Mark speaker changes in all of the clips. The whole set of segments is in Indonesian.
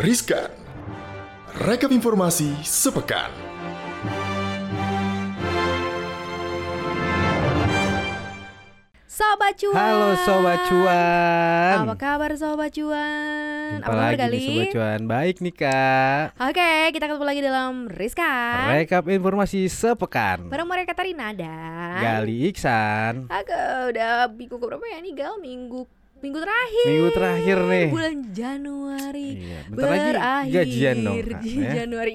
Speaker 1: Riskan. Rekap informasi sepekan.
Speaker 2: Sobat Cuan.
Speaker 3: Halo Sobat Cuan.
Speaker 2: Apa kabar Sobat Cuan?
Speaker 3: Jumpa lagi nih Sobat Cuan. Baik nih Kak.
Speaker 2: Oke, kita ketemu lagi dalam Riskan.
Speaker 3: Rekap informasi sepekan.
Speaker 2: Bareng Maria Katarina dan
Speaker 3: Gali Iksan.
Speaker 2: Aku udah minggu keberapa ya nih Gal? Minggu terakhir.
Speaker 3: Minggu terakhir nih.
Speaker 2: Bulan Januari.
Speaker 3: Iya, bentar lagi gajian dong Kak, ya?
Speaker 2: Januari.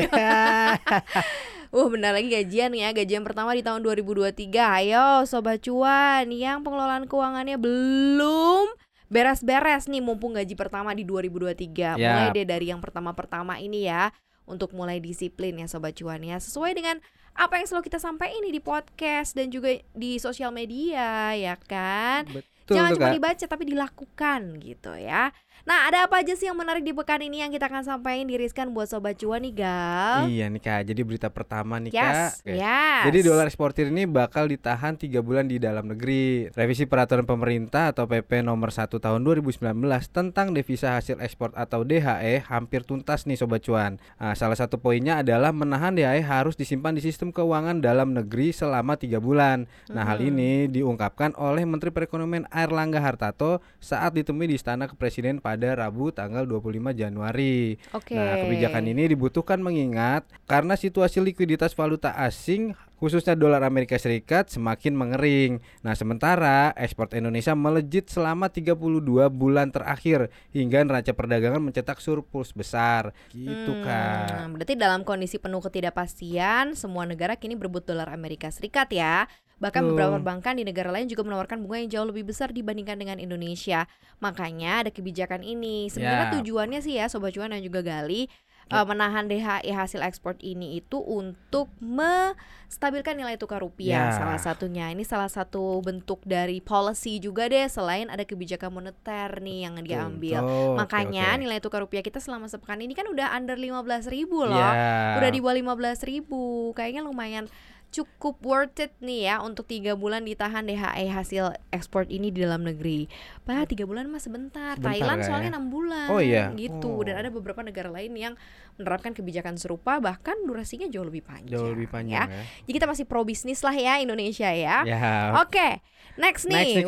Speaker 2: Bentar lagi gajian ya. Gajian pertama di tahun 2023. Ayo Sobat Cuan yang pengelolaan keuangannya belum beres-beres nih, mumpung gaji pertama di 2023. Mulai deh dari yang pertama-pertama ini ya, untuk mulai disiplin ya Sobat Cuan ya. Sesuai dengan apa yang selalu kita sampaikan ini di podcast dan juga di sosial media ya kan. Jangan cuma dibaca tapi dilakukan gitu ya. Nah, ada apa aja sih yang menarik di pekan ini yang kita akan sampaikan di Riskan buat Sobat Cuan nih Gal?
Speaker 3: Iya nih Kak, jadi berita pertama nih
Speaker 2: Kak.
Speaker 3: Jadi dolar eksportir ini bakal ditahan 3 bulan di dalam negeri. Revisi peraturan pemerintah atau PP nomor 1 tahun 2019 tentang devisa hasil ekspor atau DHE hampir tuntas nih Sobat Cuan. Nah, salah satu poinnya adalah menahan DHE harus disimpan di sistem keuangan dalam negeri selama 3 bulan. Nah, hal ini diungkapkan oleh Menteri Perekonomian Airlangga Hartarto saat ditemui di Istana Kepresiden pada Rabu tanggal 25 Januari. Nah, kebijakan ini dibutuhkan mengingat karena situasi likuiditas valuta asing khususnya dolar Amerika Serikat semakin mengering. Nah, sementara ekspor Indonesia melejit selama 32 bulan terakhir hingga neraca perdagangan mencetak surplus besar. Gitu Kak.
Speaker 2: Berarti dalam kondisi penuh ketidakpastian, semua negara kini berebut dolar Amerika Serikat ya. Bahkan beberapa perbankan di negara lain juga menawarkan bunga yang jauh lebih besar dibandingkan dengan Indonesia. Makanya ada kebijakan ini. Sebenarnya tujuannya sih ya Sobat Cuan dan juga Gali, menahan DHE hasil ekspor ini itu untuk menstabilkan nilai tukar rupiah salah satunya. Ini salah satu bentuk dari policy juga deh, selain ada kebijakan moneter nih yang diambil. Makanya nilai tukar rupiah kita selama sepekan ini kan udah under 15.000 loh. Udah di bawah 15.000. Kayaknya lumayan cukup worth it nih ya untuk 3 bulan ditahan DHE hasil ekspor ini di dalam negeri. 3 bulan mah sebentar. Thailand soalnya 6 bulan gitu. Dan ada beberapa negara lain yang menerapkan kebijakan serupa, bahkan durasinya jauh lebih panjang ya. Jadi kita masih pro bisnis lah ya Indonesia ya. Oke, next nih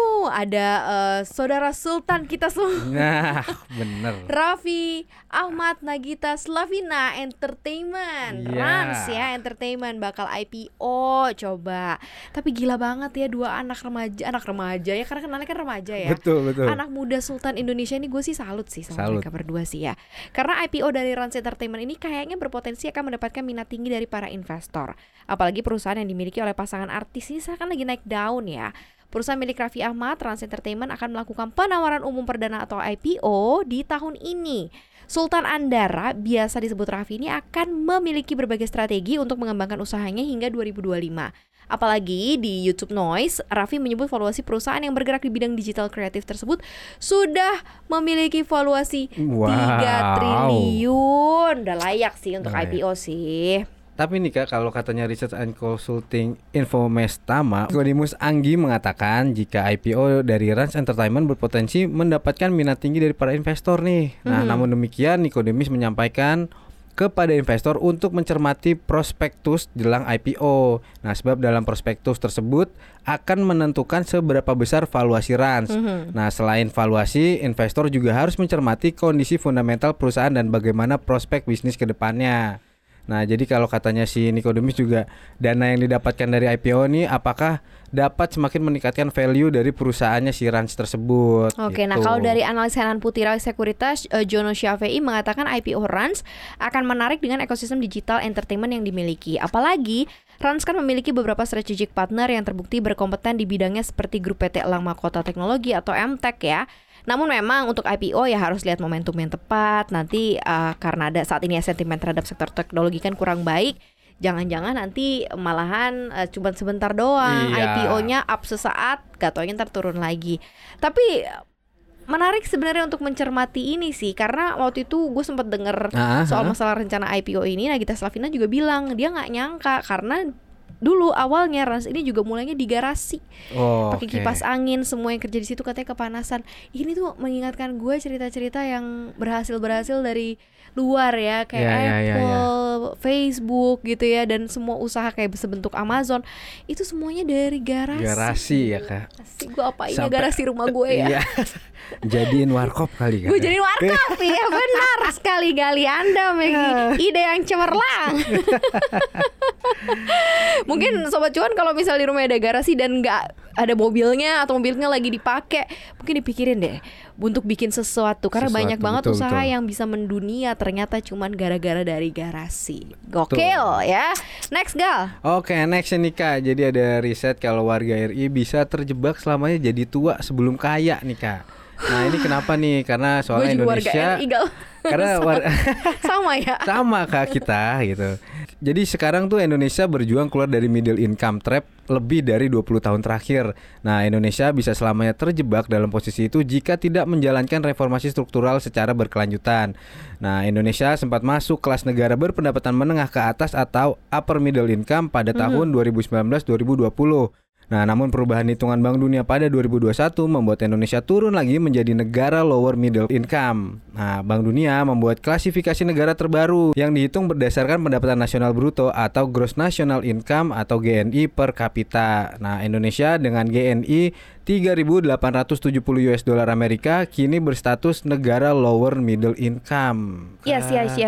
Speaker 2: ada saudara Sultan kita semua.
Speaker 3: Nah, bener.
Speaker 2: Raffi Ahmad Nagita Slavina Entertainment, Rans ya Entertainment bakal IPO coba. Tapi gila banget ya, 2 anak remaja ya, karena kenalnya kan remaja ya.
Speaker 3: Betul.
Speaker 2: Anak muda Sultan Indonesia ini gue sih salut sih sama mereka berdua sih ya. Karena IPO dari Rans Entertainment ini kayaknya berpotensi akan mendapatkan minat tinggi dari para investor. Apalagi perusahaan yang dimiliki oleh pasangan artis ini seakan lagi naik daun ya. Perusahaan milik Raffi Ahmad, Rans Entertainment akan melakukan penawaran umum perdana atau IPO di tahun ini. Sultan Andara, biasa disebut Raffi, ini akan memiliki berbagai strategi untuk mengembangkan usahanya hingga 2025. Apalagi di YouTube Noise, Raffi menyebut valuasi perusahaan yang bergerak di bidang digital kreatif tersebut sudah memiliki valuasi 3 triliun. Udah layak sih untuk IPO sih.
Speaker 3: Tapi nih Kak, kalau katanya Research and Consulting Infomestama, Nicodemus Anggi mengatakan jika IPO dari Rans Entertainment berpotensi mendapatkan minat tinggi dari para investor nih. Nah, namun demikian Nicodemus menyampaikan kepada investor untuk mencermati prospektus jelang IPO. Nah, sebab dalam prospektus tersebut akan menentukan seberapa besar valuasi Rans. Nah, selain valuasi, investor juga harus mencermati kondisi fundamental perusahaan dan bagaimana prospek bisnis ke depannya. Nah, jadi kalau katanya si Nicodemus juga dana yang didapatkan dari IPO ini apakah dapat semakin meningkatkan value dari perusahaannya si Rans tersebut.
Speaker 2: Oke,
Speaker 3: gitu.
Speaker 2: Nah kalau dari analis Henan Putira Sekuritas, Jono Syafei mengatakan IPO Rans akan menarik dengan ekosistem digital entertainment yang dimiliki. Apalagi Rans kan memiliki beberapa strategic partner yang terbukti berkompeten di bidangnya seperti Grup PT Elang Makota Teknologi atau MTEK ya. Namun memang untuk IPO ya harus lihat momentum yang tepat. Nanti karena ada saat ini sentimen terhadap sektor teknologi kan kurang baik, jangan-jangan nanti malahan cuma sebentar doang IPO-nya up sesaat, gak taunya ntar turun lagi. Tapi menarik sebenarnya untuk mencermati ini sih, karena waktu itu gue sempat dengar soal masalah rencana IPO ini. Nagita Slavina juga bilang dia nggak nyangka karena dulu awalnya Rans ini juga mulainya di garasi. Pakai
Speaker 3: Oke.
Speaker 2: kipas angin, semua yang kerja di situ katanya kepanasan. Ini tuh mengingatkan gue cerita-cerita yang berhasil dari luar ya, kayak Apple, Facebook gitu ya, dan semua usaha kayak sebentuk Amazon itu semuanya dari garasi.
Speaker 3: Garasi ya Kak.
Speaker 2: Garasi, gue apain ya
Speaker 3: Sampai-
Speaker 2: garasi rumah gue ya.
Speaker 3: Iya. Jadiin warkop kali Kak.
Speaker 2: Gue jadi warkop ya, benar sekali Gali, Anda memiliki ide yang cemerlang. Mungkin Sobat Cuan kalau misal di rumah ada garasi dan nggak ada mobilnya atau mobilnya lagi dipakai, mungkin dipikirin deh untuk bikin sesuatu, karena banyak banget
Speaker 3: betul,
Speaker 2: usaha
Speaker 3: betul.
Speaker 2: yang bisa mendunia ternyata cuman gara-gara dari garasi. Gokil ya. Next Gal.
Speaker 3: Oke, next nih Kak. Jadi ada riset kalau warga RI bisa terjebak selamanya jadi tua sebelum kaya nih Kak. Nah ini kenapa nih? Karena
Speaker 2: Gue
Speaker 3: soalnya
Speaker 2: juga
Speaker 3: Indonesia
Speaker 2: warga RI Gal.
Speaker 3: karena
Speaker 2: Sama ya.
Speaker 3: sama Kak kita gitu. Jadi sekarang tuh Indonesia berjuang keluar dari middle income trap lebih dari 20 tahun terakhir. Nah, Indonesia bisa selamanya terjebak dalam posisi itu jika tidak menjalankan reformasi struktural secara berkelanjutan. Nah, Indonesia sempat masuk kelas negara berpendapatan menengah ke atas atau upper middle income pada tahun 2019-2020. Nah, namun perubahan hitungan Bank Dunia pada 2021 membuat Indonesia turun lagi menjadi negara lower middle income. Nah, Bank Dunia membuat klasifikasi negara terbaru yang dihitung berdasarkan pendapatan nasional bruto atau gross national income atau GNI per kapita. Nah, Indonesia dengan GNI 3.870 US dollar Amerika kini berstatus negara lower middle income.
Speaker 2: Yes.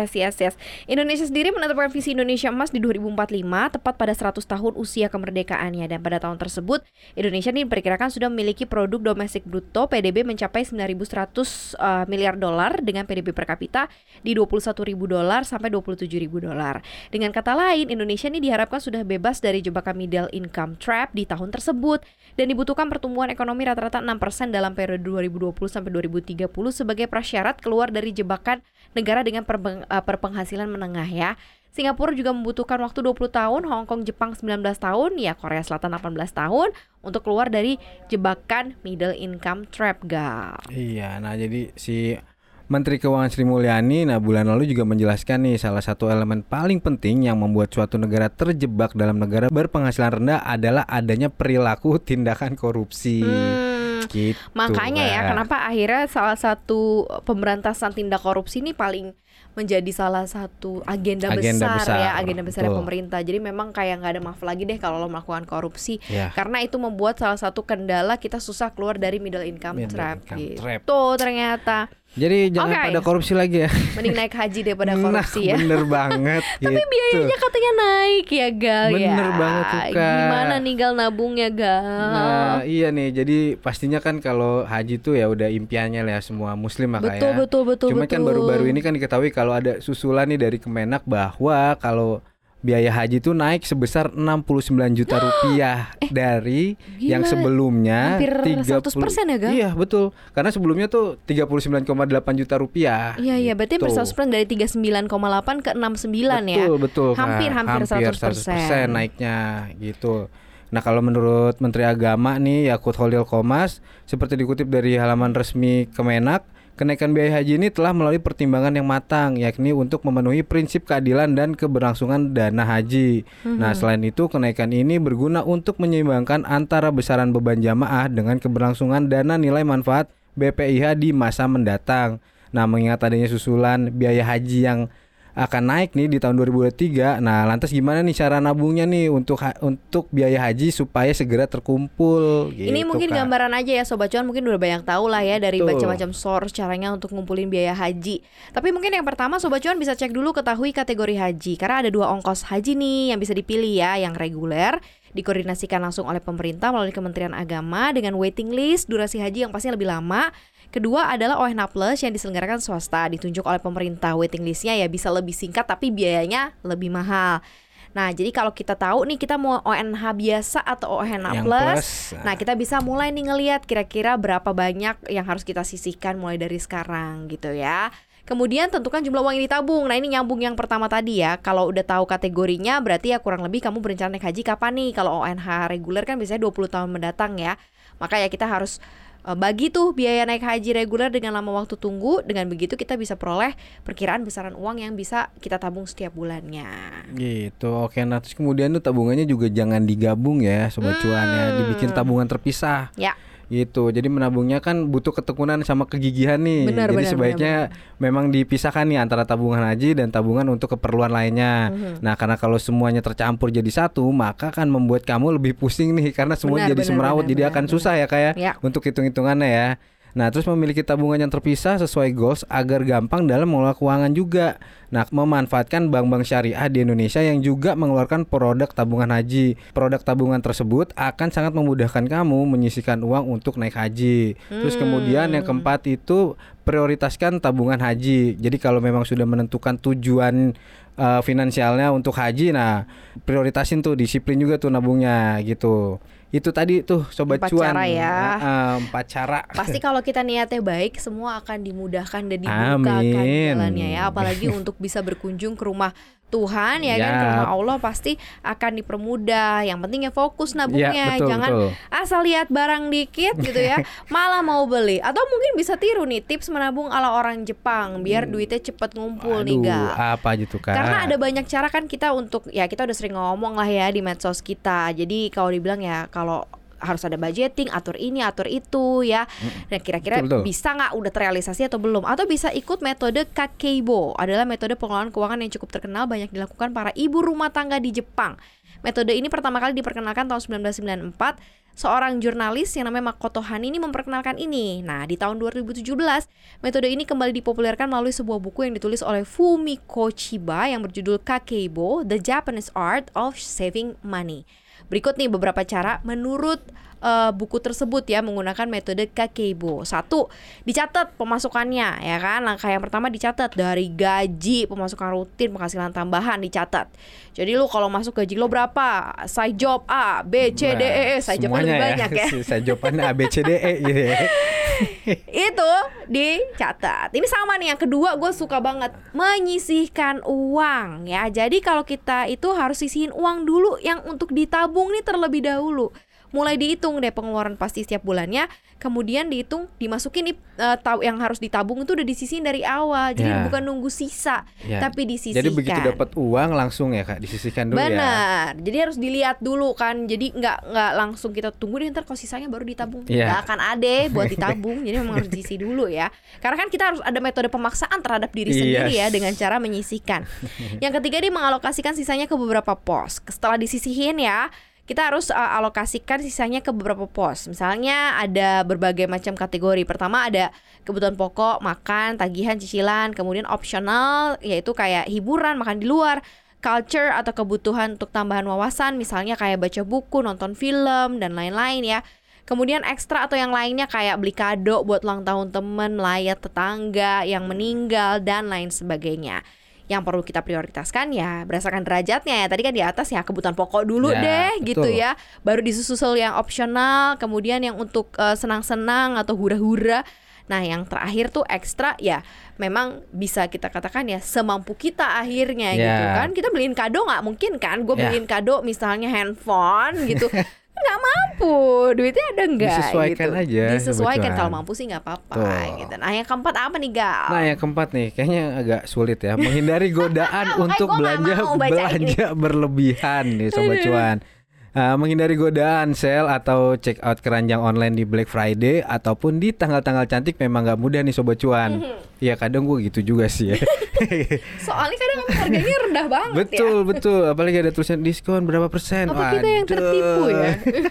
Speaker 2: Indonesia sendiri menetapkan visi Indonesia Emas di 2045 tepat pada 100 tahun usia kemerdekaannya, dan pada tahun tersebut Indonesia ini diperkirakan sudah memiliki produk domestik bruto PDB mencapai 9.100 miliar dolar dengan PDB per kapita di 21.000 dolar sampai 27.000 dolar. Dengan kata lain, Indonesia ini diharapkan sudah bebas dari jebakan middle income trap di tahun tersebut dan dibutuhkan pertumbuhan ekonomi rata-rata 6% dalam periode 2020 sampai 2030 sebagai prasyarat keluar dari jebakan negara dengan perpenghasilan menengah ya. Singapura juga membutuhkan waktu 20 tahun, Hong Kong, Jepang 19 tahun, ya Korea Selatan 18 tahun untuk keluar dari jebakan middle income trap, Gal.
Speaker 3: Iya, nah jadi si Menteri Keuangan Sri Mulyani bulan lalu juga menjelaskan nih salah satu elemen paling penting yang membuat suatu negara terjebak dalam negara berpenghasilan rendah adalah adanya perilaku tindakan korupsi. Gitu,
Speaker 2: Makanya ya
Speaker 3: Kak.
Speaker 2: kenapa akhirnya salah satu pemberantasan tindak korupsi ini paling menjadi salah satu agenda besar
Speaker 3: betul.
Speaker 2: pemerintah. Jadi memang kayak nggak ada maaf lagi deh kalau lo melakukan korupsi,
Speaker 3: Ya.
Speaker 2: karena itu membuat salah satu kendala kita susah keluar dari middle income
Speaker 3: Middle
Speaker 2: trap
Speaker 3: income
Speaker 2: gitu.
Speaker 3: trap.
Speaker 2: Ternyata
Speaker 3: Jadi jangan
Speaker 2: Oke.
Speaker 3: pada korupsi lagi ya.
Speaker 2: mending naik haji daripada korupsi ya.
Speaker 3: Bener banget.
Speaker 2: Tapi biayanya katanya naik ya Gal ya.
Speaker 3: Bener banget tuh, Kak.
Speaker 2: Gimana nih Gal nabungnya Gal?
Speaker 3: Nah iya nih, jadi pastinya kan kalau haji tuh ya udah impiannya lah ya semua muslim lah Kak ya.
Speaker 2: Betul.
Speaker 3: Cuma kan baru-baru ini kan diketahui kalau ada susulan nih dari Kemenak bahwa kalau biaya haji tuh naik sebesar 69 juta rupiah dari
Speaker 2: Gila,
Speaker 3: yang sebelumnya
Speaker 2: hampir 100% ya, Gal?
Speaker 3: Iya betul, karena sebelumnya tuh 39,8 juta rupiah.
Speaker 2: Iya, berarti
Speaker 3: gitu.
Speaker 2: hampir 100% dari 39,8 ke 69 ya.
Speaker 3: Betul Kak.
Speaker 2: Hampir 100%.
Speaker 3: Naiknya gitu. Nah kalau menurut Menteri Agama nih Yakut Khalil Qomas, seperti dikutip dari halaman resmi Kemenak, kenaikan biaya haji ini telah melalui pertimbangan yang matang, yakni untuk memenuhi prinsip keadilan dan keberlangsungan dana haji. Nah selain itu kenaikan ini berguna untuk menyeimbangkan antara besaran beban jamaah dengan keberlangsungan dana nilai manfaat BPIH di masa mendatang. Nah mengingat adanya susulan biaya haji yang akan naik nih di tahun 2023. Nah, lantas gimana nih cara nabungnya nih untuk biaya haji supaya segera terkumpul gitu,
Speaker 2: Ini mungkin
Speaker 3: Kak.
Speaker 2: gambaran aja ya Sobat Cuan, mungkin udah banyak tahu lah ya dari
Speaker 3: Betul.
Speaker 2: macam-macam source caranya untuk ngumpulin biaya haji. Tapi mungkin yang pertama Sobat Cuan bisa cek dulu ketahui kategori haji, karena ada 2 ongkos haji nih yang bisa dipilih ya, yang reguler dikoordinasikan langsung oleh pemerintah melalui Kementerian Agama dengan waiting list durasi haji yang pasti lebih lama. Kedua adalah ONH Plus yang diselenggarakan swasta, ditunjuk oleh pemerintah. Waiting listnya ya bisa lebih singkat tapi biayanya lebih mahal. Nah jadi kalau kita tahu nih kita mau ONH biasa atau ONH
Speaker 3: Yang
Speaker 2: Plus,
Speaker 3: plus,
Speaker 2: nah kita bisa mulai nih ngelihat kira-kira berapa banyak yang harus kita sisihkan mulai dari sekarang gitu ya. Kemudian tentukan jumlah uang yang ditabung. Nah ini nyambung yang pertama tadi ya. Kalau udah tahu kategorinya berarti ya kurang lebih kamu berencana naik haji kapan nih. Kalau ONH reguler kan biasanya 20 tahun mendatang ya. Maka ya kita harus bagi tuh biaya naik haji reguler dengan lama waktu tunggu. Dengan begitu kita bisa peroleh perkiraan besaran uang yang bisa kita tabung setiap bulannya.
Speaker 3: Gitu. Oke, nah terus kemudian tuh tabungannya juga jangan digabung ya Sobat Cuan ya, dibikin tabungan terpisah.
Speaker 2: Ya.
Speaker 3: Gitu. Jadi menabungnya kan butuh ketekunan sama kegigihan nih. Jadi sebaiknya memang dipisahkan nih antara tabungan haji dan tabungan untuk keperluan lainnya. Nah, karena kalau semuanya tercampur jadi satu, maka kan membuat kamu lebih pusing nih karena semua jadi semrawut, jadi akan susah ya kayak untuk hitung-hitungannya ya. Nah, terus memiliki tabungan yang terpisah sesuai goals agar gampang dalam mengelola keuangan juga. Nah, memanfaatkan bank-bank syariah di Indonesia yang juga mengeluarkan produk tabungan haji. Produk tabungan tersebut akan sangat memudahkan kamu menyisihkan uang untuk naik haji. Terus kemudian yang keempat itu prioritaskan tabungan haji. Jadi kalau memang sudah menentukan tujuan finansialnya untuk haji, nah prioritasin tuh, disiplin juga tuh nabungnya gitu. Itu tadi tuh Sobat
Speaker 2: 4
Speaker 3: Cuan.
Speaker 2: cara ya.
Speaker 3: 4 cara.
Speaker 2: Pasti kalau kita niatnya baik, semua akan dimudahkan dan dibukakan jalannya ya. Apalagi untuk bisa berkunjung ke rumah Tuhan ya kan, ke rumah Allah pasti akan dipermudah. Yang penting ya fokus nabungnya, jangan asal lihat barang dikit gitu ya, malah mau beli. Atau mungkin bisa tiru nih tips menabung ala orang Jepang biar duitnya cepet ngumpul. Nih Gal.
Speaker 3: Apa gitu kan?
Speaker 2: Karena ada banyak cara kan kita untuk, ya kita udah sering ngomong lah ya di medsos kita. jadi kalau dibilang ya kalau harus ada budgeting, atur ini, atur itu ya. Nah kira-kira bisa nggak, udah terrealisasi atau belum? Atau bisa ikut metode Kakeibo, adalah metode pengelolaan keuangan yang cukup terkenal, banyak dilakukan para ibu rumah tangga di Jepang. Metode ini pertama kali diperkenalkan tahun 1994. Seorang jurnalis yang namanya Makoto Hanini memperkenalkan ini. Nah, di tahun 2017, metode ini kembali dipopulerkan melalui sebuah buku yang ditulis oleh Fumiko Chiba yang berjudul Kakeibo, The Japanese Art of Saving Money. Berikut nih beberapa cara menurut buku tersebut ya menggunakan metode Kakeibo. 1. Dicatat pemasukannya ya kan. Langkah yang pertama dicatat dari gaji, pemasukan rutin, penghasilan tambahan dicatat. Jadi lu kalau masuk gaji lo berapa? Side job A, B, C, D, E. Side job lebih banyak ya.
Speaker 3: Side job-nya A, B, C, D, E gitu ya.
Speaker 2: Itu dicatat. Ini sama nih yang kedua, gue suka banget menyisihkan uang ya. Jadi kalau kita itu harus sisihin uang dulu yang untuk ditabung nih terlebih dahulu. Mulai dihitung deh pengeluaran pasti setiap bulannya, kemudian dihitung, dimasukin yang harus ditabung itu udah disisihin dari awal. Jadi bukan nunggu sisa, tapi disisihkan.
Speaker 3: Jadi begitu dapat uang langsung ya Kak, disisihkan dulu.
Speaker 2: Benar. Jadi harus dilihat dulu kan. Jadi nggak langsung kita tunggu deh ntar kalau sisanya baru ditabung. Nggak akan ada buat ditabung. Jadi memang harus diisi dulu ya. Karena kan kita harus ada metode pemaksaan terhadap diri sendiri ya dengan cara menyisihkan. Yang ketiga, dia mengalokasikan sisanya ke beberapa pos. Setelah disisihin ya, kita harus alokasikan sisanya ke beberapa pos. Misalnya ada berbagai macam kategori. Pertama ada kebutuhan pokok, makan, tagihan, cicilan. Kemudian opsional, yaitu kayak hiburan, makan di luar. Culture atau kebutuhan untuk tambahan wawasan, misalnya kayak baca buku, nonton film, dan lain-lain ya. Kemudian ekstra atau yang lainnya kayak beli kado buat ulang tahun temen, melayat tetangga yang meninggal, dan lain sebagainya. Yang perlu kita prioritaskan ya berdasarkan derajatnya ya. Tadi kan di atas ya kebutuhan pokok dulu deh betul. Gitu ya. Baru disusul yang opsional, kemudian yang untuk senang-senang atau hura-hura. Nah yang terakhir tuh ekstra ya memang bisa kita katakan ya semampu kita akhirnya gitu kan. Kita beliin kado nggak mungkin kan. Gue beliin kado misalnya handphone gitu. Nggak mampu, duitnya ada nggak?
Speaker 3: Disesuaikan
Speaker 2: gitu.
Speaker 3: aja.
Speaker 2: Disesuaikan, kalau mampu sih nggak apa-apa gitu. Nah yang keempat apa nih Gal?
Speaker 3: Nah yang keempat nih kayaknya agak sulit ya. Menghindari godaan untuk belanja berlebihan nih Sobat Cuan. Menghindari godaan sale atau check out keranjang online di Black Friday ataupun di tanggal-tanggal cantik memang nggak mudah nih Sobat Cuan. Ya kadang gue gitu juga sih ya.
Speaker 2: Soalnya kadang harganya rendah banget
Speaker 3: betul. Apalagi ada tulisan diskon berapa persen.
Speaker 2: Apa kita yang tertipu ya?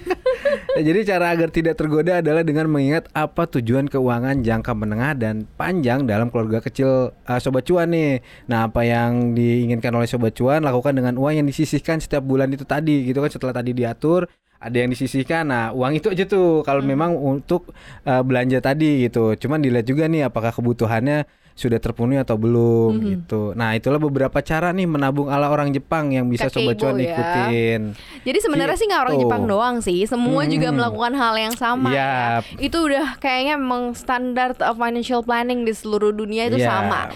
Speaker 3: Jadi cara agar tidak tergoda adalah dengan mengingat apa tujuan keuangan jangka menengah dan panjang dalam keluarga kecil Sobat Cuan nih. Nah apa yang diinginkan oleh Sobat Cuan lakukan dengan uang yang disisihkan setiap bulan itu tadi gitu kan. Setelah tadi diatur ada yang disisihkan, nah uang itu aja tuh kalau memang untuk belanja tadi gitu. Cuman dilihat juga nih apakah kebutuhannya sudah terpenuhi atau belum gitu. Nah itulah beberapa cara nih menabung ala orang Jepang yang bisa Sobat Cuan ikutin.
Speaker 2: Jadi sebenarnya sih nggak orang Jepang doang sih, semua juga melakukan hal yang sama ya. Itu udah kayaknya memang standar financial planning di seluruh dunia itu sama.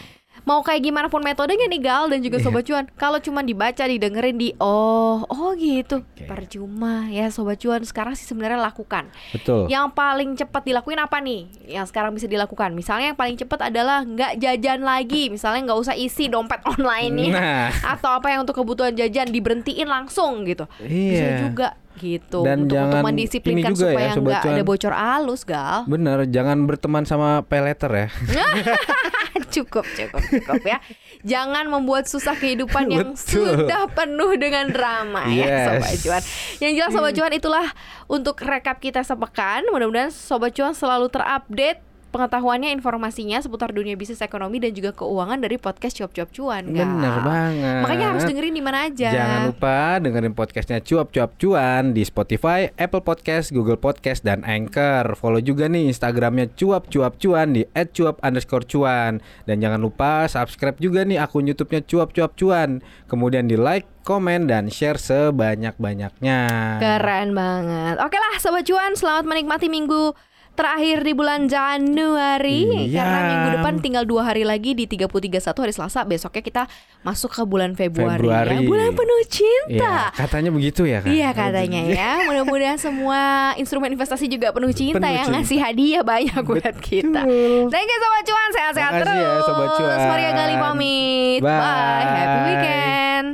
Speaker 2: mau kayak gimana pun metodenya nih Gal dan juga Sobat Cuan, kalau cuma dibaca, didengerin di gitu, percuma ya Sobat Cuan. Sekarang sih sebenarnya lakukan.
Speaker 3: Betul.
Speaker 2: Yang paling cepat dilakuin apa nih? Yang sekarang bisa dilakukan. Misalnya yang paling cepat adalah nggak jajan lagi. Misalnya nggak usah isi dompet online nih. Atau apa yang untuk kebutuhan jajan diberhentiin langsung gitu. Bisa juga gitu.
Speaker 3: Dan
Speaker 2: untuk mendisiplinkan supaya nggak ada bocor halus Gal.
Speaker 3: Bener, jangan berteman sama pay letter ya.
Speaker 2: Cukup ya. Jangan membuat susah kehidupan yang sudah penuh dengan drama ya Sobat Cuan. Yang jelas Sobat Cuan, itulah untuk rekap kita sepekan. Mudah-mudahan Sobat Cuan selalu terupdate pengetahuannya, informasinya seputar dunia bisnis, ekonomi dan juga keuangan dari podcast Cuap-Cuap Cuan.
Speaker 3: Bener banget.
Speaker 2: Makanya harus dengerin di mana aja.
Speaker 3: Jangan lupa dengerin podcastnya Cuap-Cuap Cuan di Spotify, Apple Podcast, Google Podcast dan Anchor. Follow juga nih Instagramnya Cuap-Cuap Cuan di @cuap_cuan. Dan jangan lupa subscribe juga nih akun YouTube-nya Cuap-Cuap Cuan. Kemudian di like, komen dan share sebanyak-banyaknya.
Speaker 2: Keren banget. Oke lah Sobat Cuan, selamat menikmati minggu terakhir di bulan Januari. Karena minggu depan tinggal 2 hari lagi di 30-31 hari Selasa. Besoknya kita masuk ke bulan Februari. Ya, bulan penuh cinta.
Speaker 3: Katanya begitu ya kan?
Speaker 2: Iya katanya ya. Mudah-mudahan semua instrumen investasi juga penuh cinta ya. Ngasih hadiah banyak buat kita. Thank you Sobat Cuan. Sehat-sehat terus
Speaker 3: ya, Sobat Cuan.
Speaker 2: Maria Gali pamit. Bye. Happy weekend.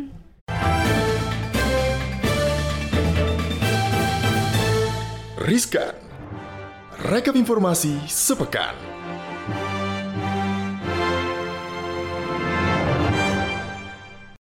Speaker 1: Riskan. Rekap informasi sepekan.